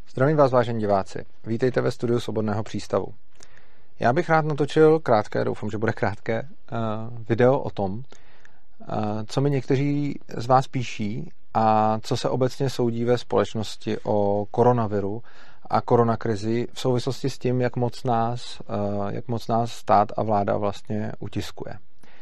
Zdravím vás, vážení diváci. Vítejte ve studiu Svobodného přístavu. Já bych rád natočil krátké, doufám, že bude krátké, video o tom, co mi někteří z vás píší a co se obecně soudí ve společnosti o koronaviru a koronakrizi v souvislosti s tím, jak moc nás stát a vláda vlastně utiskuje.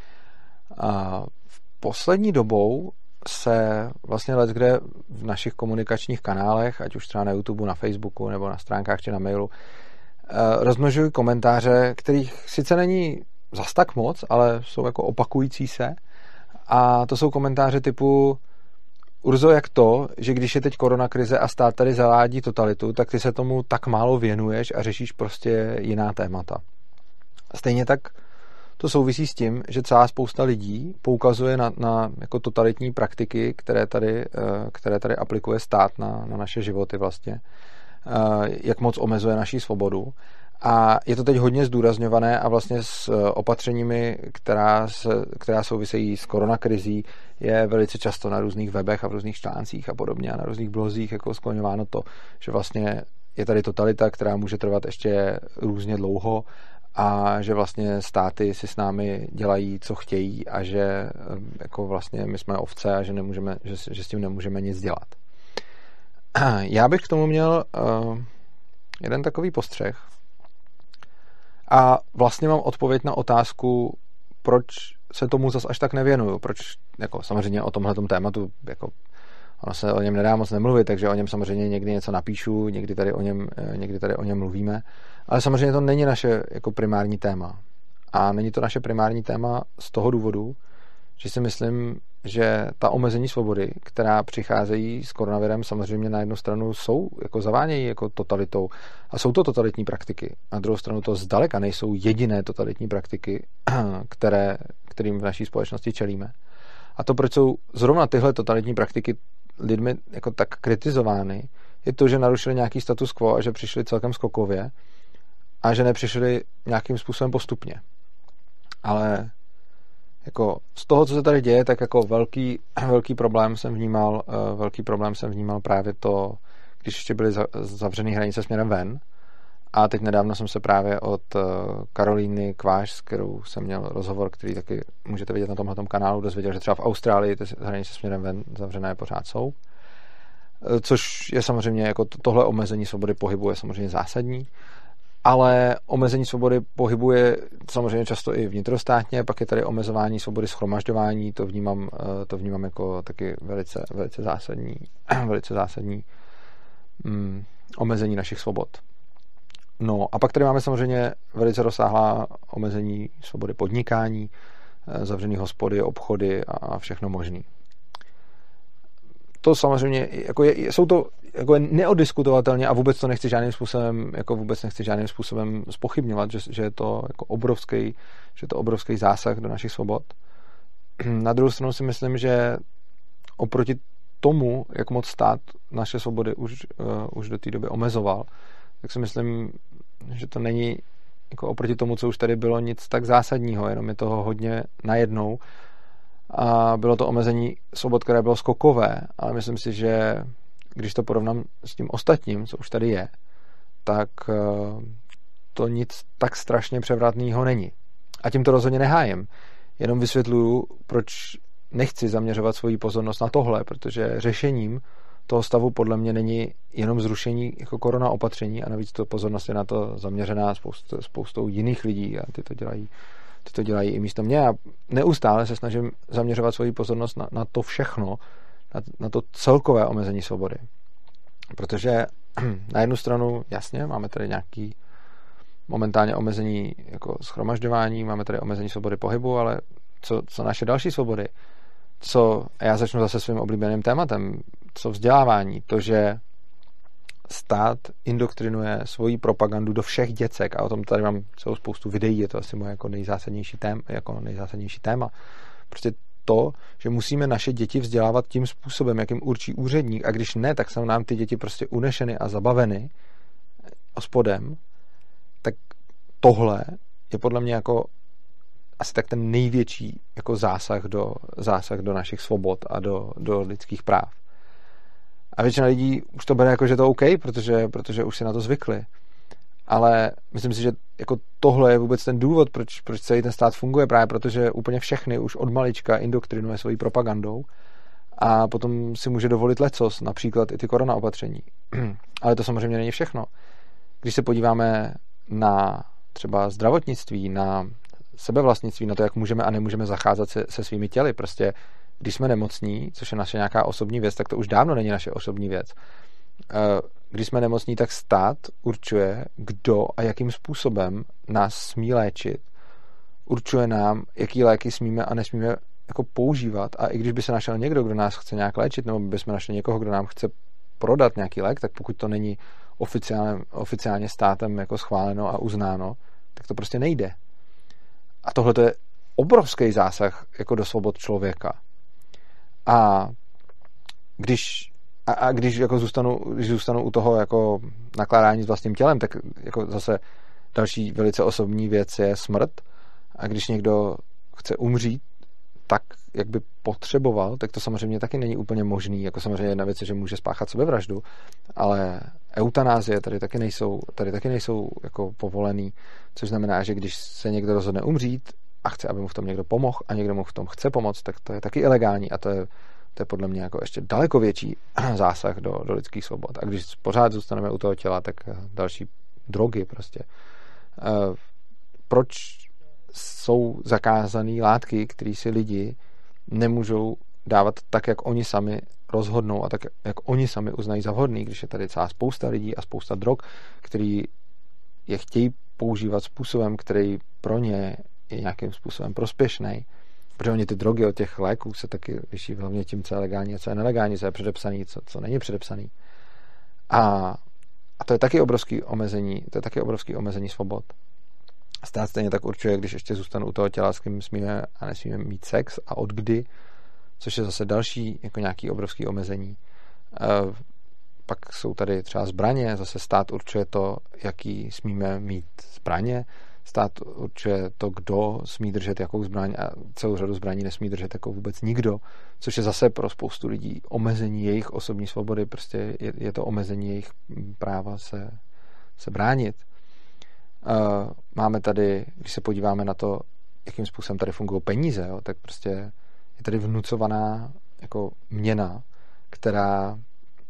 V poslední dobou se vlastně leckde v našich komunikačních kanálech, ať už třeba na YouTube, na Facebooku nebo na stránkách či na mailu, rozmnožují komentáře, kterých sice není zas tak moc, ale jsou jako opakující se. A to jsou komentáře typu Urzo, jak to, že když je teď koronakrize a stát tady zavádí totalitu, tak ty se tomu tak málo věnuješ a řešíš prostě jiná témata. Stejně tak to souvisí s tím, že celá spousta lidí poukazuje na jako totalitní praktiky, které tady aplikuje stát na naše životy vlastně, jak moc omezuje naši svobodu. A je to teď hodně zdůrazňované a vlastně s opatřeními, která souvisejí s koronakrizí, je velice často na různých webech a v různých článcích a podobně a na různých blozích jako skloňováno to, že vlastně je tady totalita, která může trvat ještě různě dlouho a že vlastně státy si s námi dělají, co chtějí a že jako vlastně my jsme ovce a že s tím nemůžeme nic dělat. Já bych k tomu měl jeden takový postřeh a vlastně mám odpověď na otázku, proč se tomu zas až tak nevěnuju, proč jako samozřejmě o tomhletom tématu jako ono se o něm nedá moc nemluvit, takže o něm samozřejmě někdy něco napíšu, někdy tady o něm mluvíme, ale samozřejmě to není naše jako primární téma. A není to naše primární téma z toho důvodu, že si myslím, že ta omezení svobody, která přicházejí s koronavirem, samozřejmě na jednu stranu zavánějí jako totalitou a jsou to totalitní praktiky. Na druhou stranu to zdaleka nejsou jediné totalitní praktiky, kterým v naší společnosti čelíme. A to, proč jsou zrovna tyhle totalitní praktiky lidmi jako tak kritizovány, je to, že narušili nějaký status quo a že přišli celkem skokově a že nepřišli nějakým způsobem postupně. Ale jako z toho, co se tady děje, tak jako velký problém jsem vnímal právě to, když ještě byly zavřené hranice směrem ven. A teď nedávno jsem se právě od Karolíny Kváš, s kterou jsem měl rozhovor, který taky můžete vidět na tomhletom kanálu, dozvěděl, že třeba v Austrálii ty hranice směrem ven zavřené pořád jsou. Což je samozřejmě jako tohle omezení svobody pohybu je samozřejmě zásadní. Ale omezení svobody pohybu je samozřejmě často i vnitrostátně, pak je tady omezování svobody shromažďování, to vnímám jako taky velice zásadní omezení našich svobod. No a pak tady máme samozřejmě velice rozsáhlá omezení svobody podnikání, zavřený hospody, obchody a všechno možný. To samozřejmě jsou to jako neodiskutovatelně a vůbec to nechci žádným způsobem zpochybňovat, že je to jako obrovský zásah do našich svobod. Na druhou stranu si myslím, že oproti tomu, jak moc stát naše svobody už do té doby omezoval, tak si myslím, že to není jako oproti tomu, co už tady bylo, nic tak zásadního, jenom je toho hodně najednou. A bylo to omezení svobod, které bylo skokové, ale myslím si, že když to porovnám s tím ostatním, co už tady je, tak to nic tak strašně převratného není. A tím to rozhodně nehájem. Jenom vysvětluju, proč nechci zaměřovat svoji pozornost na tohle, protože řešením toho stavu podle mě není jenom zrušení jako korona opatření a navíc to pozornost je na to zaměřená spoustou jiných lidí a ty to dělají i místo mě a neustále se snažím zaměřovat svoji pozornost na to všechno, na to celkové omezení svobody. Protože na jednu stranu, jasně, máme tady nějaký momentálně omezení jako shromažďování, máme tady omezení svobody pohybu, ale co naše další svobody? A já začnu zase svým oblíbeným tématem, co vzdělávání, to, že stát indoktrinuje svoji propagandu do všech děcek a o tom tady mám celou spoustu videí, je to asi moje jako nejzásadnější téma. Prostě to, že musíme naše děti vzdělávat tím způsobem, jakým určí úředník a když ne, tak jsou nám ty děti prostě unešeny a zabaveny ospodem, tak tohle je podle mě jako asi tak ten největší jako zásah do našich svobod a do lidských práv. A většina lidí už to bere jako, že to OK, protože už si na to zvykli. Ale myslím si, že jako tohle je vůbec ten důvod, proč celý ten stát funguje, právě protože úplně všechny už od malička indoktrinuje svojí propagandou a potom si může dovolit lecos, například i ty korona opatření. Ale to samozřejmě není všechno. Když se podíváme na třeba zdravotnictví, na sebevlastnictví, na to, jak můžeme a nemůžeme zacházet se svými těly, prostě když jsme nemocní, což je naše nějaká osobní věc, tak to už dávno není naše osobní věc. Když jsme nemocní, tak stát určuje, kdo a jakým způsobem nás smí léčit. Určuje nám, jaký léky smíme a nesmíme jako používat. A i když by se našel někdo, kdo nás chce nějak léčit, nebo by jsme našli někoho, kdo nám chce prodat nějaký lék, tak pokud to není oficiálně státem jako schváleno a uznáno, tak to prostě nejde. A tohle je obrovský zásah jako do svobod člověka. A když jako zůstanu u toho jako nakládání s vlastním tělem, tak jako zase další velice osobní věc je smrt. A když někdo chce umřít tak, jak by potřeboval, tak to samozřejmě taky není úplně možný. Jako samozřejmě jedna věc je, že může spáchat sebevraždu, ale eutanázie tady taky nejsou jako povolený, což znamená, že když se někdo rozhodne umřít a chce, aby mu v tom někdo pomohl a někdo mu v tom chce pomoct, tak to je taky ilegální a to je podle mě jako ještě daleko větší zásah do lidských svobod. A když pořád zůstaneme u toho těla, tak další drogy prostě. Proč jsou zakázané látky, které si lidi nemůžou dávat tak, jak oni sami rozhodnou a tak, jak oni sami uznají za vhodný, když je tady celá spousta lidí a spousta drog, který je chtějí používat způsobem, který pro ně je nějakým způsobem prospěšný. Protože oni ty drogy od těch léků se taky liší hlavně tím, co je legální a co je nelegální, co je předepsaný, co není předepsaný. A to je taky obrovský omezení svobod. Stát stejně tak určuje, když ještě zůstanu u toho těla, s kým smíme a nesmíme mít sex a od kdy, což je zase další jako nějaký obrovský omezení. Pak jsou tady třeba zbraně, zase stát určuje to, jaký smíme mít zbraně, stát určuje to, kdo smí držet jakou zbraň a celou řadu zbraní nesmí držet jako vůbec nikdo, což je zase pro spoustu lidí omezení jejich osobní svobody, prostě je to omezení jejich práva se bránit. Máme tady, když se podíváme na to, jakým způsobem tady fungují peníze, jo, tak prostě je tady vnucovaná jako měna, která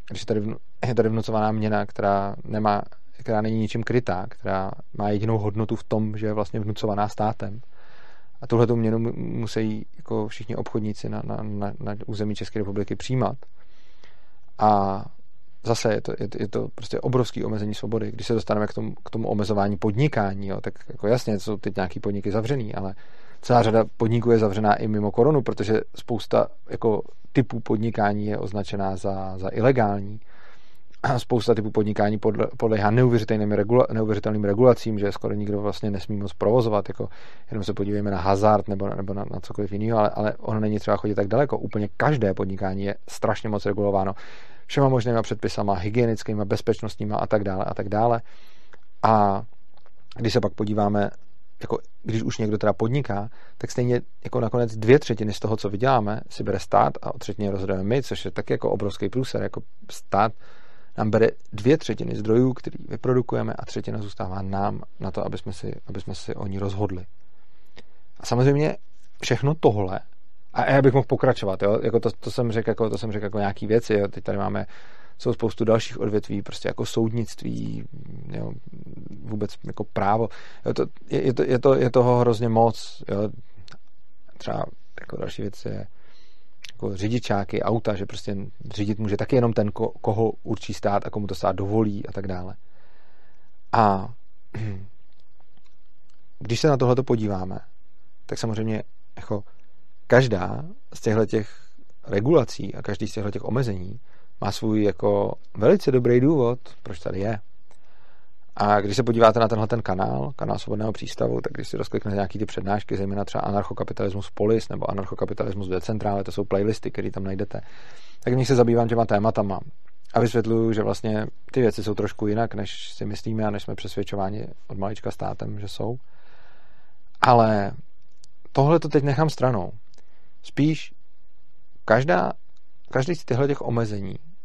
není ničím krytá, která má jedinou hodnotu v tom, že je vlastně vnucovaná státem. A tuhletu měnu musí jako všichni obchodníci na území České republiky přijímat. A zase je to prostě obrovský omezení svobody. Když se dostaneme k tomu omezování podnikání, jo, tak jako jasně, jsou teď nějaký podniky zavřený, ale celá řada podniků je zavřená i mimo korunu, protože spousta jako typů podnikání je označená za ilegální. A spousta typů podnikání podléhá neuvěřitelným regulacím, že skoro nikdo vlastně nesmí moc provozovat, jako jenom se podívejme na hazard nebo na cokoliv jiného, ale ono není třeba chodit tak daleko. Úplně každé podnikání je strašně moc regulováno všema možnýma předpisama, hygienickými, bezpečnostníma a tak dále. A když se pak podíváme, jako když už někdo teda podniká, tak stejně jako nakonec 2/3 z toho, co vyděláme, si bere stát a o třetině rozhodujeme my, což je taky jako obrovský průser, jako stát nám bere 2/3 zdrojů, který vyprodukujeme a 1/3 zůstává nám na to, aby jsme si o ní rozhodli. A samozřejmě všechno tohle, a já bych mohl pokračovat, jo? Jako to jsem řekl jako nějaký věci, jo? Teď tady jsou spoustu dalších odvětví, prostě jako soudnictví, jo? Vůbec jako právo. Jo? Je toho hrozně moc. Jo? Třeba jako další věc je jako řidičáky, auta, že prostě řídit může taky jenom ten, koho určí stát a komu to stát dovolí a tak dále. A když se na tohleto podíváme, tak samozřejmě jako každá z těchto regulací a každý z těchto omezení má svůj jako velice dobrý důvod, proč tady je. A když se podíváte na tenhle kanál Svobodného přístavu, tak když si rozkliknete nějaký ty přednášky, zejména třeba anarchokapitalismus polis nebo anarchokapitalismus decentrále, to jsou playlisty, které tam najdete, tak v nich se zabývám těma tématama a vysvětluju, že vlastně ty věci jsou trošku jinak, než si myslíme a než jsme přesvědčováni od malička státem, že jsou. Ale tohle to teď nechám stranou. Spíš každý z těchto omezení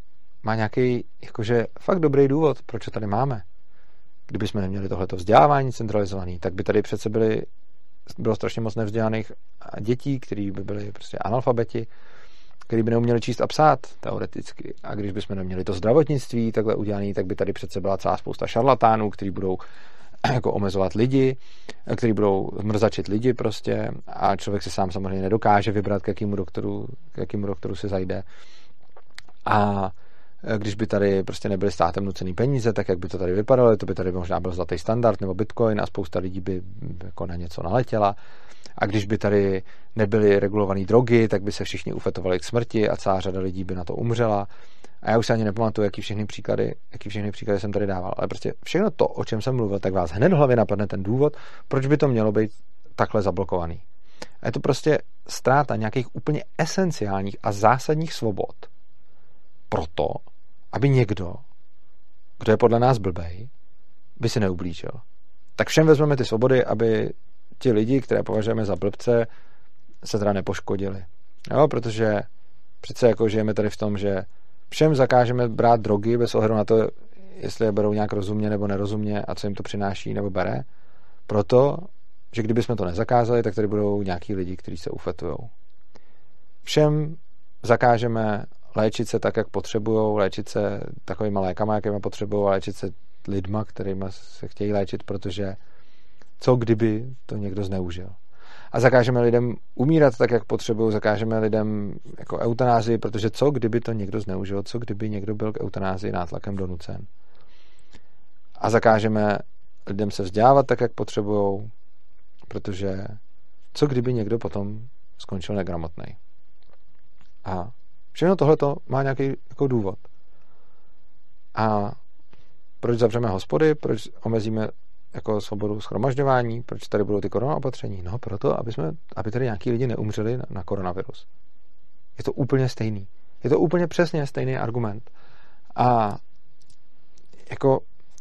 má nějaký jakože fakt dobrý důvod, proč to tady máme. Kdybychom neměli tohleto vzdělávání centralizované, tak by tady přece bylo strašně moc nevzdělaných dětí, kteří by byli prostě analfabeti, kteří by neuměli číst a psát teoreticky. A když bychom neměli to zdravotnictví takhle udělané, tak by tady přece byla celá spousta šarlatánů, kteří budou jako omezovat lidi, kteří budou mrzačit lidi prostě a člověk si sám samozřejmě nedokáže vybrat, k jakému doktoru se zajde. A když by tady prostě nebyly státem nucený peníze, tak jak by to tady vypadalo, to by tady možná byl zlatý standard nebo bitcoin a spousta lidí by jako na něco naletěla. A když by tady nebyly regulované drogy, tak by se všichni ufetovali k smrti a celá řada lidí by na to umřela. A já už se ani nepamatuju, jaký všechny příklady jsem tady dával. Ale prostě všechno to, o čem jsem mluvil, tak vás hned v hlavě napadne ten důvod, proč by to mělo být takhle zablokovaný. A je to prostě ztráta nějakých úplně esenciálních a zásadních svobod proto, aby někdo, kdo je podle nás blbej, by si neublížil. Tak všem vezmeme ty svobody, aby ti lidi, které považujeme za blbce, se teda nepoškodili. Jo, protože přece jako žijeme tady v tom, že všem zakážeme brát drogy bez ohledu na to, jestli je berou nějak rozumně nebo nerozumně a co jim to přináší nebo bere. Proto, že kdybychom to nezakázali, tak tady budou nějaký lidi, kteří se ufetujou. Všem zakážeme léčit se tak, jak potřebujou, léčit se takovýma lékama, jakýma potřebují, a léčit se lidma, kterýma se chtějí léčit, protože co kdyby to někdo zneužil. A zakážeme lidem umírat tak, jak potřebují, zakážeme lidem jako eutanázii, protože co kdyby to někdo zneužil, co kdyby někdo byl k eutanázii nátlakem donucen. A zakážeme lidem se vzdělávat tak, jak potřebují, protože co kdyby někdo potom skončil negramotnej. A všechno tohleto má nějaký jako důvod. A proč zavřeme hospody, proč omezíme jako svobodu shromažďování, proč tady budou ty korona opatření? No proto, aby tady nějaký lidi neumřeli na koronavirus. Je to úplně stejný. Je to úplně přesně stejný argument. A jako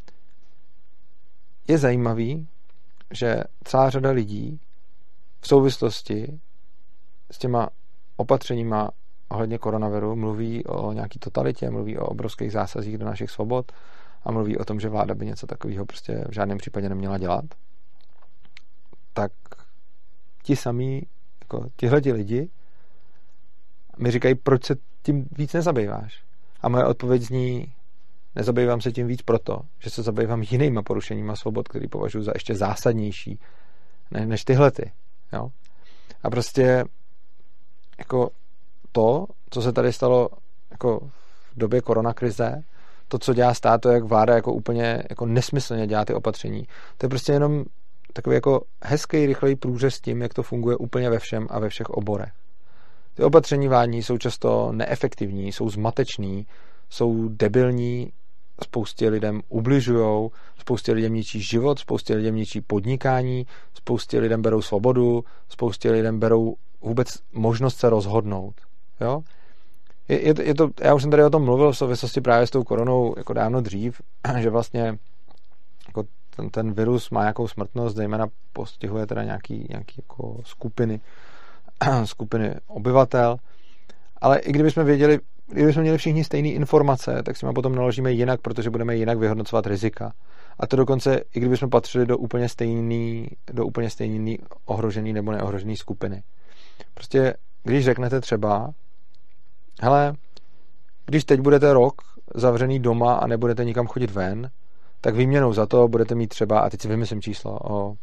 je zajímavý, že celá řada lidí v souvislosti s těma opatřeníma ohledně koronaviru mluví o nějaký totalitě, mluví o obrovských zásazích do našich svobod a mluví o tom, že vláda by něco takového prostě v žádném případě neměla dělat, tak ti samí, jako tihleti lidi mi říkají, proč se tím víc nezabýváš. A moje odpověď zní, nezabývám se tím víc proto, že se zabývám jinýma porušeníma svobod, který považuji za ještě zásadnější než tyhlety. Jo? A prostě jako to, co se tady stalo jako v době koronakrize, to, co dělá stát, to, jak vláda jako úplně jako nesmyslně dělá ty opatření, to je prostě jenom takový jako hezký, rychlej průřez tím, jak to funguje úplně ve všem a ve všech oborech. Ty opatření vládní jsou často neefektivní, jsou zmatečný, jsou debilní, spoustě lidem ubližujou, spoustě lidem ničí život, spoustě lidem ničí podnikání, spoustě lidem berou svobodu, spoustě lidem berou vůbec možnost se rozhodnout. Jo? Je to, já už jsem tady o tom mluvil v souvislosti právě s tou koronou jako dávno dřív, že vlastně jako ten virus má nějakou smrtnost, zejména postihuje teda nějaký jako skupiny obyvatel, ale i kdybychom měli všichni stejné informace, tak s nimi potom naložíme jinak, protože budeme jinak vyhodnocovat rizika. A to dokonce, i kdybychom patřili do úplně stejný ohrožený nebo neohrožený skupiny. Prostě, když řeknete třeba, hele, když teď budete rok zavřený doma a nebudete nikam chodit ven, tak výměnou za to budete mít třeba, a teď si vymyslím číslo, o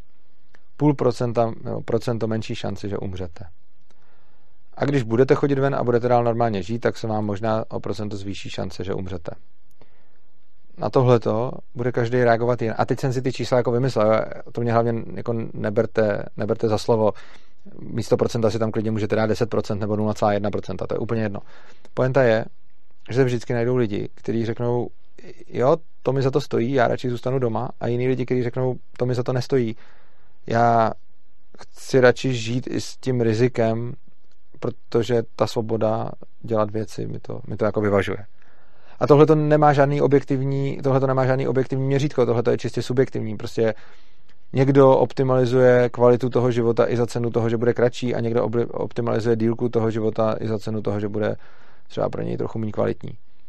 0,5% menší šanci, že umřete. A když budete chodit ven a budete dál normálně žít, tak se vám možná o procento zvýší šance, že umřete. Na tohleto bude každý reagovat jen. A teď jsem si ty čísla jako vymyslel, to mě hlavně jako neberte za slovo. Místo procenta si tam klidně můžete dát 10% nebo 0,1%, to je úplně jedno. Pointa je, že se vždycky najdou lidi, kteří řeknou, jo, to mi za to stojí, já radši zůstanu doma, a jiní lidi, kteří řeknou, to mi za to nestojí, já chci radši žít i s tím rizikem, protože ta svoboda dělat věci mi to jako vyvažuje. A tohle to nemá žádný objektivní měřítko, tohle to je čistě subjektivní. Prostě někdo optimalizuje kvalitu toho života i za cenu toho, že bude kratší, a někdo optimalizuje dílku toho života i za cenu toho, že bude třeba pro něj trochu méně kvalitní.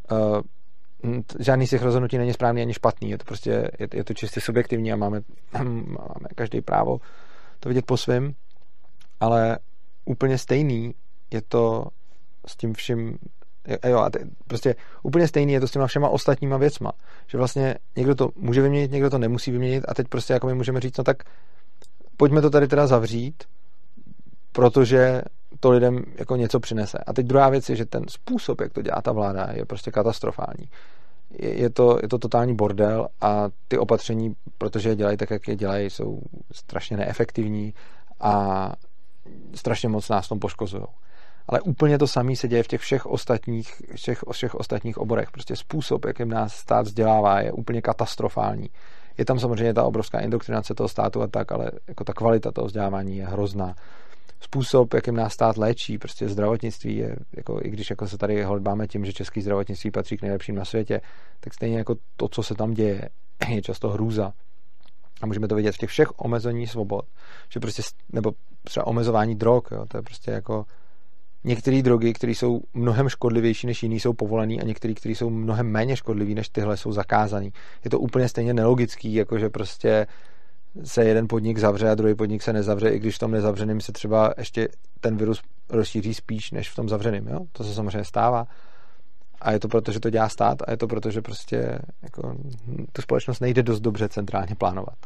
žádný z těch rozhodnutí není správný ani špatný, je to prostě, je to čistě subjektivní a máme každý právo to vidět po svém, ale úplně stejný je to s tím vším, prostě úplně stejný je to s těma všema ostatníma věcma, že vlastně někdo to může vyměnit, někdo to nemusí vyměnit a teď prostě jako my můžeme říct, no tak pojďme to tady teda zavřít, protože to lidem jako něco přinese. A teď druhá věc je, že ten způsob, jak to dělá ta vláda, je prostě katastrofální. Je to totální bordel a ty opatření, protože je dělají tak, jak je dělají, jsou strašně neefektivní a strašně moc nás tom poškozují. Ale úplně to samé se děje v těch všech ostatních oborech. Prostě způsob, jakým nás stát vzdělává, je úplně katastrofální. Je tam samozřejmě ta obrovská indoktrinace toho státu a tak, ale jako ta kvalita toho vzdělávání je hrozná. Způsob, jakým nás stát léčí, prostě zdravotnictví je, jako, i když jako se tady holdbáme tím, že český zdravotnictví patří k nejlepším na světě, tak stejně jako to, co se tam děje, je často hrůza. A můžeme to vidět v těch všech omezení svobod, že prostě, nebo třeba omezování drog, jo, to je prostě jako některé drogy, které jsou mnohem škodlivější než jiný, jsou povolený a některé, které jsou mnohem méně škodlivé než tyhle, jsou zakázaný. Je to úplně stejně nelogický, jako že prostě se jeden podnik zavře a druhý podnik se nezavře, i když v tom nezavřeném se třeba ještě ten virus rozšíří spíš než v tom zavřeném. Jo? To se samozřejmě stává. A je to proto, že to dělá stát a je to proto, že prostě jako, tu společnost nejde dost dobře centrálně plánovat.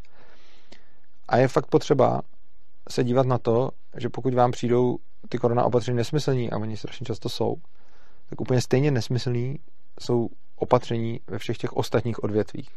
A je fakt potřeba se dívat na to, že pokud vám přijdou ty korona opatření nesmyslní, a oni strašně často jsou, tak úplně stejně nesmyslný jsou opatření ve všech těch ostatních odvětvích.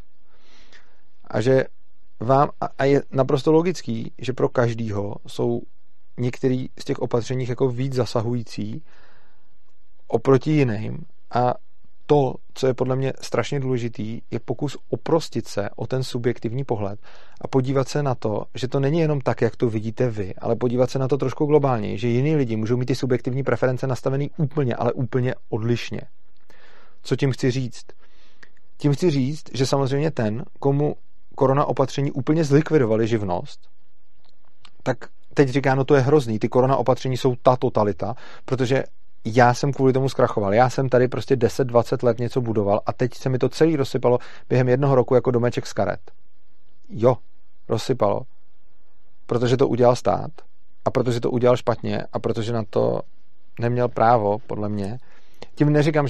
A že a je naprosto logický, že pro každýho jsou některý z těch opatření jako víc zasahující oproti jiným a to, co je podle mě strašně důležitý, je pokus oprostit se o ten subjektivní pohled a podívat se na to, že to není jenom tak, jak to vidíte vy, ale podívat se na to trošku globálně, že jiní lidi můžou mít ty subjektivní preference nastavený úplně, ale úplně odlišně. Co tím chci říct? Tím chci říct, že samozřejmě ten, komu korona opatření úplně zlikvidovali živnost, tak teď říká, no to je hrozný, ty korona opatření jsou ta totalita, protože já jsem kvůli tomu zkrachoval. Já jsem tady prostě 10-20 let něco budoval a teď se mi to celý rozsypalo během 1 roku jako domeček z karet. Jo, rozsypalo. Protože to udělal stát a protože to udělal špatně a protože na to neměl právo, podle mě. Tím neříkám,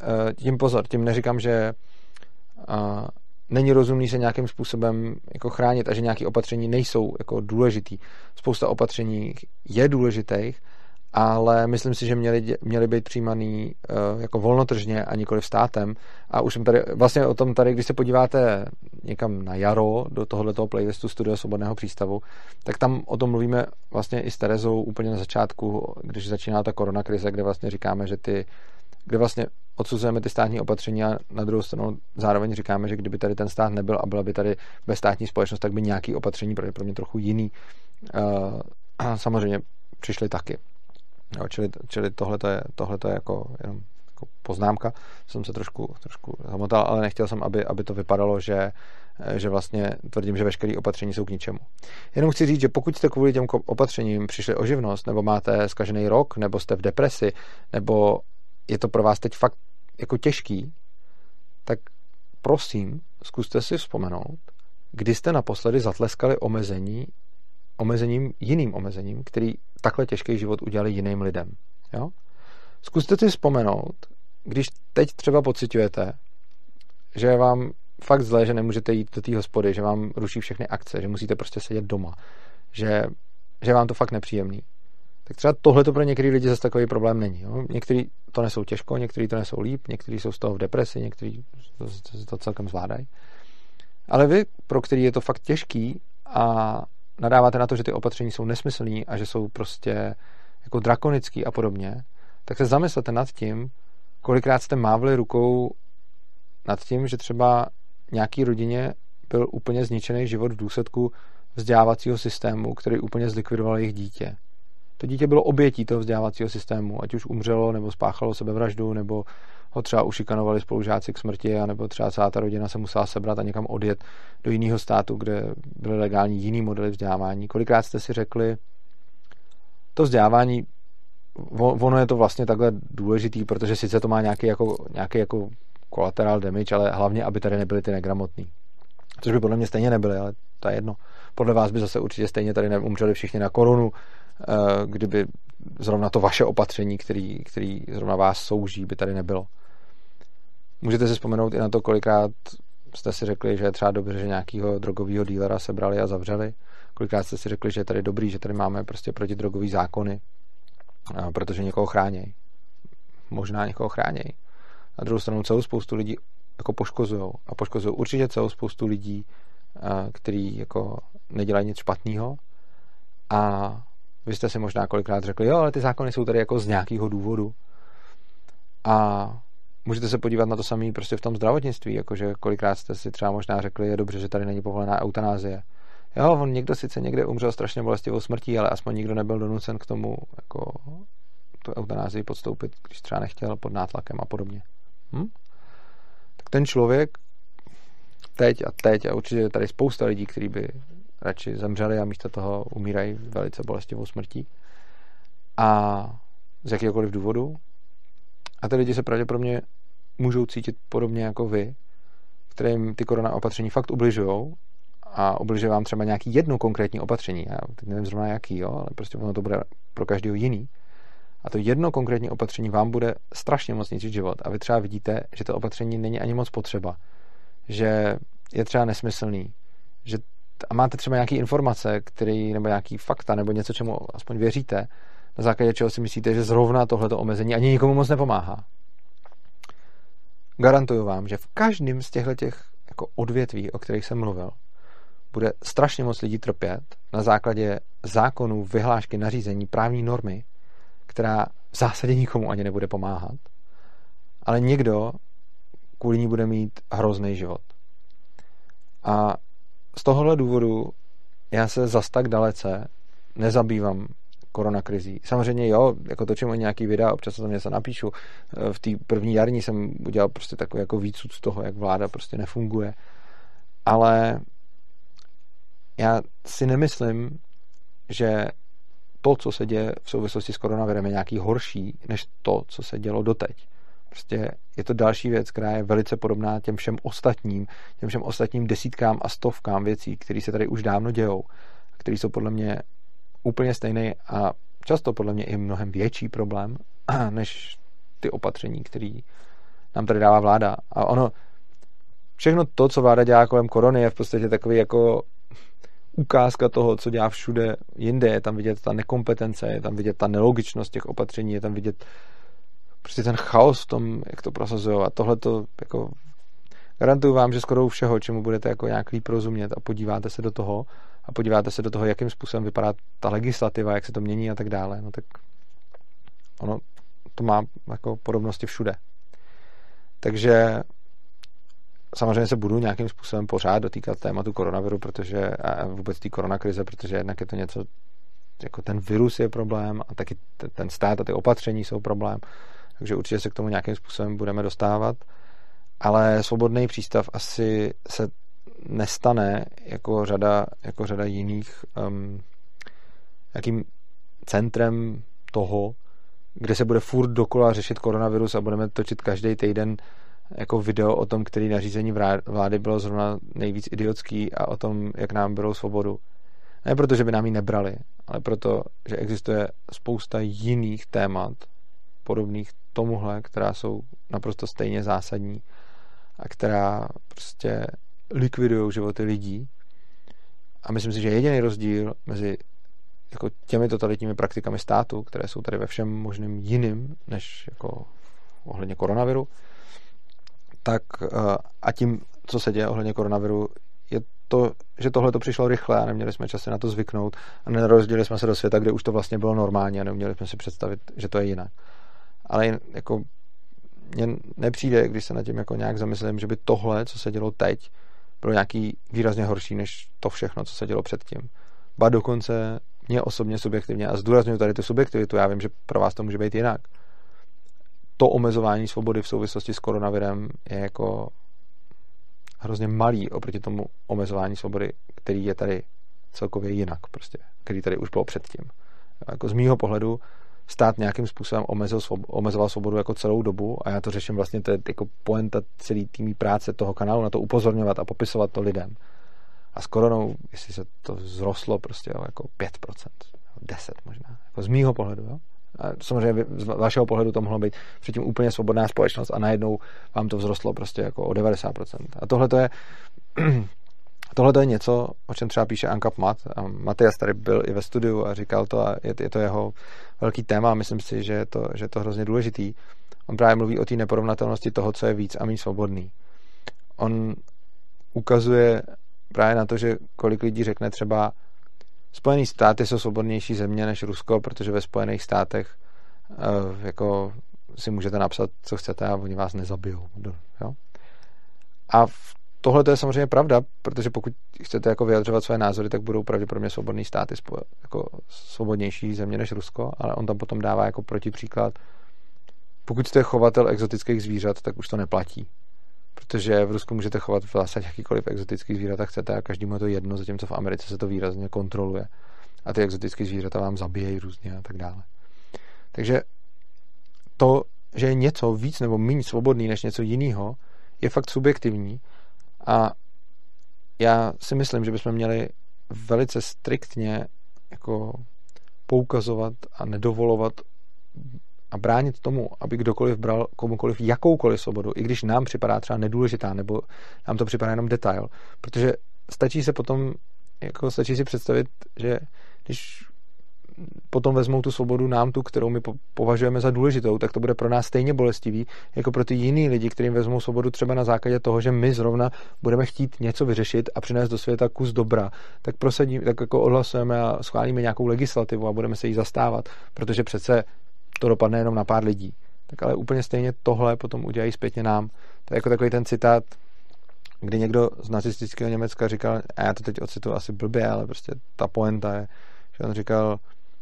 že není rozumný se nějakým způsobem jako chránit a že nějaké opatření nejsou jako důležitý. Spousta opatření je důležitých, ale myslím si, že měly být přijímaný jako volnotržně a nikoli státem. A už jsem tady, vlastně o tom tady, když se podíváte někam na jaro do tohoto playlistu Studio Svobodného přístavu, tak tam o tom mluvíme vlastně i s Terezou úplně na začátku, když začíná ta koronakrize, kde vlastně říkáme, že kde vlastně odsuzujeme ty státní opatření a na druhou stranu zároveň říkáme, že kdyby tady ten stát nebyl a byla by tady bezstátní společnost, tak by nějaký opatření pravděpodobně trochu jiný samozřejmě přišly taky. Jo, čili tohle je jako poznámka. Jsem se trošku zamotal, ale nechtěl jsem, aby to vypadalo, že vlastně tvrdím, že veškeré opatření jsou k ničemu. Jenom chci říct, že pokud jste kvůli těm opatřením přišli o živnost, nebo máte zkažený rok, nebo jste v depresi, nebo je to pro vás teď fakt jako těžký, tak prosím, zkuste si vzpomenout, kdy jste naposledy zatleskali jiným omezením, který takhle těžký život udělali jiným lidem. Jo? Zkuste si vzpomenout, když teď třeba pociťujete, že je vám fakt zlé, že nemůžete jít do té hospody, že vám ruší všechny akce, že musíte prostě sedět doma, že je vám to fakt nepříjemný. Tak třeba tohle to pro některý lidi zase takový problém není. Jo? Někteří to nesou těžko, někteří to nesou líp, někteří jsou z toho v depresi, někteří to celkem zvládají. Ale vy, pro který je to fakt těžký a nadáváte na to, že ty opatření jsou nesmyslný a že jsou prostě jako drakonický a podobně, tak se zamyslete nad tím, kolikrát jste mávli rukou nad tím, že třeba nějaký rodině byl úplně zničený život v důsledku vzdělávacího systému, který úplně zlikvidoval jejich dítě. To dítě bylo obětí toho vzdělávacího systému, ať už umřelo, nebo spáchalo sebevraždu, nebo ho třeba ušikanovali spolužáci k smrti, anebo třeba celá ta rodina se musela sebrat a někam odjet do jiného státu, kde byly legální jiný modely vzdělávání. Kolikrát jste si řekli, to vzdělávání ono je to vlastně takhle důležitý, protože sice to má nějaký jako collateral damage, ale hlavně, aby tady nebyly ty negramotný. Což by podle mě stejně nebyly, ale to je jedno. Podle vás by zase určitě stejně tady neumřeli všichni na korunu, kdyby zrovna to vaše opatření, který zrovna vás souží, by tady nebylo. Můžete si vzpomenout i na to, kolikrát jste si řekli, že je třeba dobře, že nějakého drogového dílera sebrali a zavřeli. Kolikrát jste si řekli, že je tady dobrý, že tady máme prostě protidrogový zákony, protože někoho chránějí. Možná někoho chránějí. Na druhou stranu celou spoustu lidí jako poškozujou. A poškozují určitě celou spoustu lidí, kteří jako nedělají nic špatného. A vy jste si možná kolikrát řekli, jo, ale ty zákony jsou tady jako z nějakého důvodu. A můžete se podívat na to samé prostě v tom zdravotnictví, jakože kolikrát jste si třeba možná řekli, je dobře, že tady není povolená eutanázie. Jo, on někdo sice někde umřel strašně bolestivou smrtí, ale aspoň nikdo nebyl donucen k tomu jako tu eutanázii podstoupit, když třeba nechtěl, pod nátlakem a podobně. Tak ten člověk teď a určitě je tady spousta lidí, kteří by radši zemřeli a místo toho umírají velice bolestivou smrtí. A z jakéhokoliv důvodu. A ty lidi se pravděpodobně můžou cítit podobně jako vy, kterým ty korona opatření fakt ubližujou a ubližuje vám třeba nějaký jedno konkrétní opatření. Já teď nevím zrovna jaký, jo, ale prostě ono to bude pro každého jiný. A to jedno konkrétní opatření vám bude strašně moc ničit život. A vy třeba vidíte, že to opatření není ani moc potřeba. Že je třeba nesmyslný. Že a máte třeba nějaké informace, nebo nějaký fakta, nebo něco, čemu aspoň věříte, na základě čeho si myslíte, že zrovna tohleto omezení ani nikomu moc nepomáhá. Garantuju vám, že v každém z těchto jako odvětví, o kterých jsem mluvil, bude strašně moc lidí trpět na základě zákonů, vyhlášky, nařízení, právní normy, která v zásadě nikomu ani nebude pomáhat, ale někdo kvůli ní bude mít hrozný život. A z tohohle důvodu já se zas tak dalece nezabývám koronakrizí. Samozřejmě jo, jako točím o nějaký videa, občas tam něco napíšu. V té první jarní jsem udělal prostě takový jako výcud z toho, jak vláda prostě nefunguje. Ale já si nemyslím, že to, co se děje v souvislosti s koronavirem, je nějaký horší, než to, co se dělo doteď. Prostě je to další věc, která je velice podobná těm všem ostatním desítkám a stovkám věcí, které se tady už dávno dějou, které jsou podle mě úplně stejný a často podle mě i mnohem větší problém, než ty opatření, které nám tady dává vláda. A ono, všechno to, co vláda dělá kolem korony, je v podstatě takový jako ukázka toho, co dělá všude jinde. Je tam vidět ta nekompetence, je tam vidět ta nelogičnost těch opatření, je tam vidět prostě ten chaos v tom, jak to prosazují. A tohle to jako garantuju vám, že skoro u všeho, čemu budete jako nějak líp rozumět a podíváte se do toho, jakým způsobem vypadá ta legislativa, jak se to mění a tak dále, no tak ono to má jako podobnosti všude. Takže samozřejmě se budu nějakým způsobem pořád dotýkat tématu koronaviru, protože a vůbec té koronakrize, protože jednak je to něco, jako ten virus je problém a taky ten stát a ty opatření jsou problém, takže určitě se k tomu nějakým způsobem budeme dostávat, ale svobodný přístav asi se nestane jako řada jiných jakým centrem toho, kde se bude furt dokola řešit koronavirus a budeme točit každý týden jako video o tom, který nařízení vlády bylo zrovna nejvíc idiotský a o tom, jak nám berou svobodu. Ne proto, že by nám ji nebrali, ale proto, že existuje spousta jiných témat podobných tomuhle, která jsou naprosto stejně zásadní a která prostě likvidují životy lidí. A myslím si, že jediný rozdíl mezi jako těmi totalitními praktikami státu, které jsou tady ve všem možným jiným, než jako ohledně koronaviru, tak a tím, co se děje ohledně koronaviru, je to, že tohle to přišlo rychle a neměli jsme čas na to zvyknout a nerozdělili jsme se do světa, kde už to vlastně bylo normální a neuměli jsme si představit, že to je jinak. Ale jako mně nepřijde, když se nad tím jako nějak zamyslím, že by tohle, co se dělo teď, bylo nějaký výrazně horší než to všechno, co se dělo předtím. Ba dokonce mě osobně subjektivně, a zdůrazňuji tady tu subjektivitu, já vím, že pro vás to může být jinak, to omezování svobody v souvislosti s koronavirem je jako hrozně malý oproti tomu omezování svobody, který je tady celkově jinak, prostě, který tady už bylo předtím. Jako z mýho pohledu stát nějakým způsobem omezoval svobodu jako celou dobu a já to řeším vlastně, to je jako pointa celý týmí práce toho kanálu, na to upozorňovat a popisovat to lidem. A s koronou, jestli se to zrostlo prostě o jako 5%, 10 možná, jako z mýho pohledu, jo. A samozřejmě z vašeho pohledu to mohlo být předtím úplně svobodná společnost a najednou vám to vzrostlo prostě jako o 90%. A tohle to je něco, o čem třeba píše Ankap Mat. A Matias tady byl i ve studiu a říkal to a je to jeho velký téma a myslím si, že je to hrozně důležitý. On právě mluví o té neporovnatelnosti toho, co je víc a méně svobodný. On ukazuje právě na to, že kolik lidí řekne třeba Spojené státy jsou svobodnější země než Rusko, protože ve Spojených státech jako si můžete napsat, co chcete a oni vás nezabijou. Jo? A tohle to je samozřejmě pravda, protože pokud chcete jako vyjadřovat své názory, tak budou pravděpodobně svobodné státy jako svobodnější země než Rusko, ale on tam potom dává jako protipříklad. Pokud jste chovatel exotických zvířat, tak už to neplatí. Protože v Rusku můžete chovat v zásadě jakýkoliv exotický zvířata chcete a každému je to jedno, zatímco v Americe se to výrazně kontroluje. A ty exotické zvířata vám zabíjejí různě a tak dále. Takže to, že je něco víc nebo méně svobodný než něco jiného, je fakt subjektivní a já si myslím, že bychom měli velice striktně jako poukazovat a nedovolovat a bránit tomu, aby kdokoliv bral komukoliv jakoukoliv svobodu, i když nám připadá třeba nedůležitá, nebo nám to připadá jenom detail. Protože stačí si představit, že když potom vezmou tu svobodu nám tu, kterou my považujeme za důležitou, tak to bude pro nás stejně bolestivý, jako pro ty jiný lidi, kterým vezmou svobodu třeba na základě toho, že my zrovna budeme chtít něco vyřešit a přinést do světa kus dobra, tak jako odhlasujeme a schválíme nějakou legislativu a budeme se jí zastávat, protože přece to dopadne jenom na pár lidí. Tak ale úplně stejně tohle potom udělají zpětně nám. To je jako takový ten citát, kdy někdo z nacistického Německa říkal, a já to teď ocituju asi blbě, ale prostě ta poenta je, že on říkal,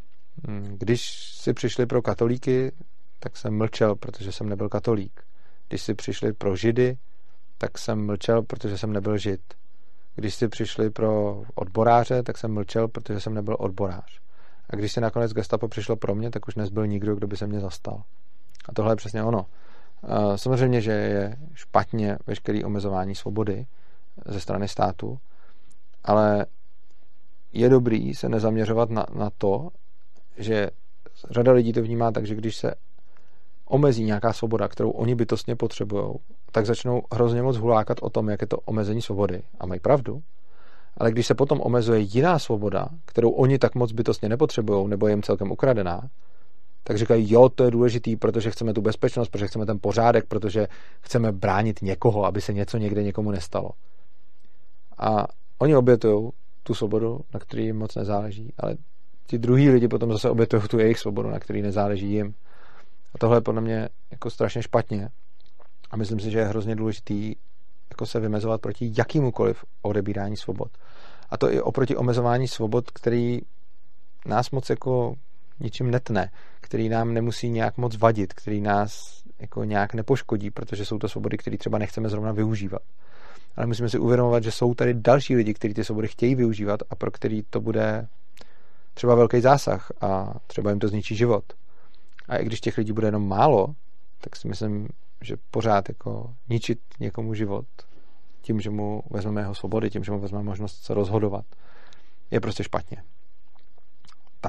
když si přišli pro katolíky, tak jsem mlčel, protože jsem nebyl katolík. Když si přišli pro židy, tak jsem mlčel, protože jsem nebyl žid. Když si přišli pro odboráře, tak jsem mlčel, protože jsem nebyl odborář. A když si nakonec gestapo přišlo pro mě, tak už nezbyl nikdo, kdo by se mě zastal. A tohle je přesně ono. Samozřejmě, že je špatně veškeré omezování svobody ze strany státu, ale je dobrý se nezaměřovat na to, že řada lidí to vnímá tak, že když se omezí nějaká svoboda, kterou oni bytostně potřebují, tak začnou hrozně moc hulákat o tom, jak je to omezení svobody. A mají pravdu. Ale když se potom omezuje jiná svoboda, kterou oni tak moc bytostně nepotřebují, nebo je jim celkem ukradená, tak říkají, jo, to je důležitý, protože chceme tu bezpečnost, protože chceme ten pořádek, protože chceme bránit někoho, aby se něco někde někomu nestalo. A oni obětují tu svobodu, na který jim moc nezáleží, ale ti druhý lidi potom zase obětují tu jejich svobodu, na který nezáleží jim. A tohle je podle mě jako strašně špatně. A myslím si, že je hrozně důležitý jako se vymezovat proti jakýmukoliv odebírání svobod. A to i oproti omezování svobod, který nás moc jako ničím netne, který nám nemusí nějak moc vadit, který nás jako nějak nepoškodí, protože jsou to svobody, které třeba nechceme zrovna využívat. Ale musíme si uvědomovat, že jsou tady další lidi, kteří ty svobody chtějí využívat a pro který to bude třeba velký zásah a třeba jim to zničí život. A i když těch lidí bude jenom málo, tak si myslím, že pořád jako ničit někomu život tím, že mu vezmeme jeho svobody, tím, že mu vezmeme možnost se rozhodovat, je prostě špatně. Tak.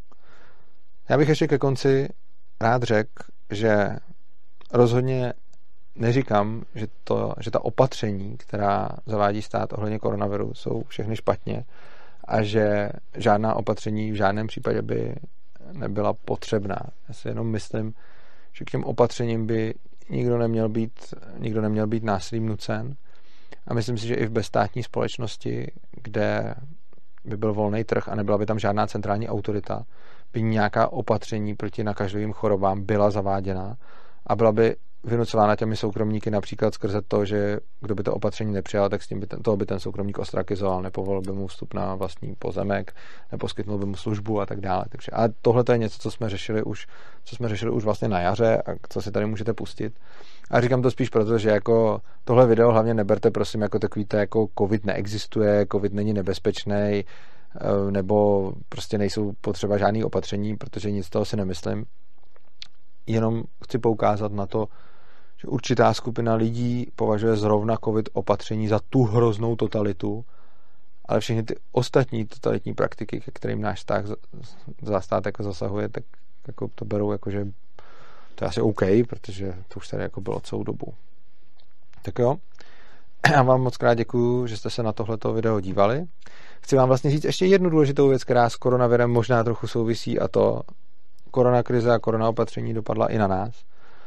Já bych ještě ke konci rád řekl, že rozhodně neříkám, že ta opatření, která zavádí stát ohledně koronaviru, jsou všechny špatně a že žádná opatření v žádném případě by nebyla potřebná. Já si jenom myslím, že k těm opatřením by nikdo neměl být násilím nucen. A myslím si, že i v bezstátní společnosti, kde by byl volný trh a nebyla by tam žádná centrální autorita, by nějaká opatření proti nakažlivým chorobám byla zaváděna a byla by vynucována těmi soukromníky například skrze to, že kdo by to opatření nepřijal, tak s tím toho by ten soukromník ostrakizoval, nepovolil by mu vstup na vlastní pozemek, neposkytnul by mu službu a tak dále. Takže, ale tohle to je něco, co jsme řešili už vlastně na jaře a co si tady můžete pustit. A říkám to spíš proto, že jako tohle video hlavně neberte prosím jako takový to jako covid neexistuje, covid není nebezpečný, nebo prostě nejsou potřeba žádný opatření, protože nic z toho si nemyslím. Jenom chci poukázat na to, že určitá skupina lidí považuje zrovna covid opatření za tu hroznou totalitu, ale všechny ty ostatní totalitní praktiky, ke kterým náš stát jako zasahuje, tak jako to berou jako, že to je asi OK, protože to už tady jako bylo celou dobu. Tak jo, já vám moc krát děkuju, že jste se na tohleto video dívali. Chci vám vlastně říct ještě jednu důležitou věc, která s koronavirem možná trochu souvisí, a to koronakrize a koronaopatření dopadla i na nás.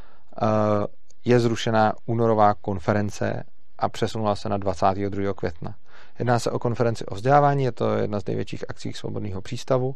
Je zrušená únorová konference a přesunula se na 22. května. Jedná se o konferenci o vzdělávání, je to jedna z největších akcí Svobodného přístavu.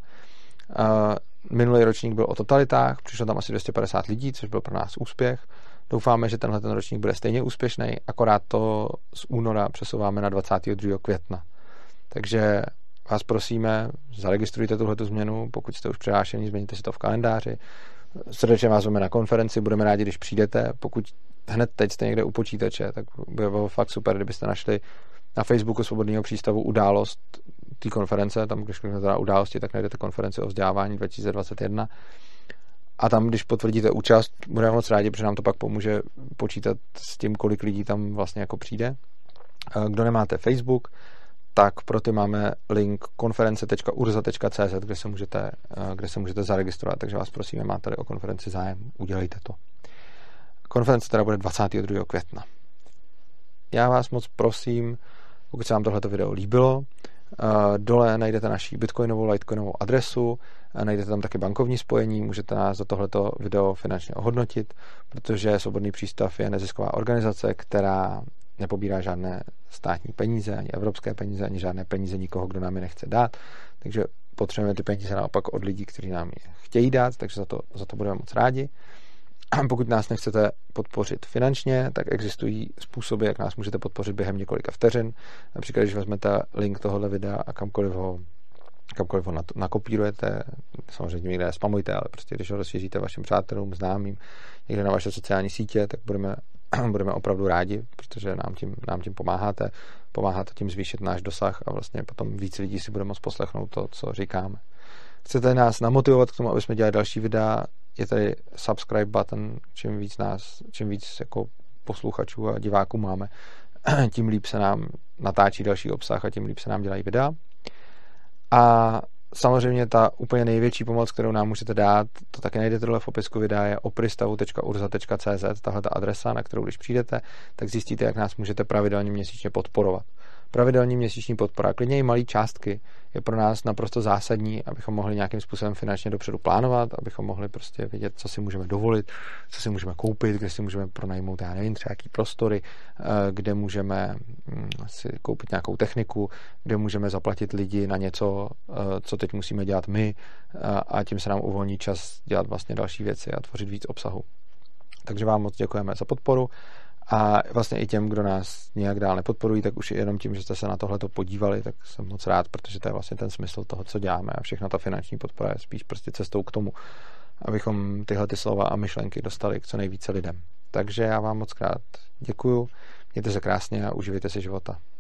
Minulý ročník byl o totalitách, přišlo tam asi 250 lidí, což byl pro nás úspěch. Doufáme, že tenhle ročník bude stejně úspěšný, akorát to z února přesouváme na 22. května. Takže vás prosíme, zaregistrujte tuhletu změnu, pokud jste už přihlášení, změníte si to v kalendáři. Srdečně vás zveme na konferenci, budeme rádi, když přijdete. Pokud hned teď jste někde u počítače, tak by bylo fakt super, kdybyste našli na Facebooku Svobodného přístavu událost té konference, tam když kliknete na události, tak najdete konferenci o vzdělávání 2021 a tam, když potvrdíte účast, budeme moc rádi, protože nám to pak pomůže počítat s tím, kolik lidí tam vlastně jako přijde. Kdo nemáte Facebook, tak pro ty máme link konference.urza.cz, kde se můžete zaregistrovat, takže vás prosíme, máte-li o konferenci zájem, udělejte to. Konference teda bude 22. května. Já vás moc prosím, pokud se vám tohleto video líbilo, dole najdete naši bitcoinovou, litecoinovou adresu, najdete tam taky bankovní spojení, můžete nás za tohleto video finančně ohodnotit, protože Svobodný přístav je nezisková organizace, která nepobírá žádné státní peníze, ani evropské peníze, ani žádné peníze nikoho, kdo nám je nechce dát, takže potřebujeme ty peníze naopak od lidí, kteří nám je chtějí dát, takže za to budeme moc rádi. Pokud nás nechcete podpořit finančně, tak existují způsoby, jak nás můžete podpořit během několika vteřin. Například, když vezmete link tohohle videa a kamkoliv ho nakopírujete, samozřejmě někde spamujte, ale prostě když ho rozšíříte vašim přátelům, známým, někde na vaše sociální sítě, tak budeme opravdu rádi, protože nám tím pomáháte. Pomáháte tím zvýšit náš dosah a vlastně potom víc lidí si bude moct poslechnout to, co říkáme. Chcete nás namotivovat k tomu, aby jsme dělali další videa, je tady subscribe button, čím víc jako posluchačů a diváků máme, tím líp se nám natáčí další obsah a tím líp se nám dělají videa. A samozřejmě ta úplně největší pomoc, kterou nám můžete dát, to taky najdete dole v popisku videa, je opristavu.urza.cz, tahle ta adresa, na kterou když přijdete, tak zjistíte, jak nás můžete pravidelně měsíčně podporovat. Pravidelní měsíční podpora, klidně i malý částky, je pro nás naprosto zásadní, abychom mohli nějakým způsobem finančně dopředu plánovat, abychom mohli prostě vědět, co si můžeme dovolit, co si můžeme koupit, kde si můžeme pronajmout, já nevím, třeba jaký prostory, kde můžeme si koupit nějakou techniku, kde můžeme zaplatit lidi na něco, co teď musíme dělat my, a tím se nám uvolní čas dělat vlastně další věci a tvořit víc obsahu. Takže vám moc děkujeme za podporu. A vlastně i těm, kdo nás nějak dál nepodporují, tak už jenom tím, že jste se na tohleto podívali, tak jsem moc rád, protože to je vlastně ten smysl toho, co děláme, a všechna ta finanční podpora je spíš prostě cestou k tomu, abychom tyhle ty slova a myšlenky dostali k co nejvíce lidem. Takže já vám moc krát děkuju, mějte se krásně a uživejte si života.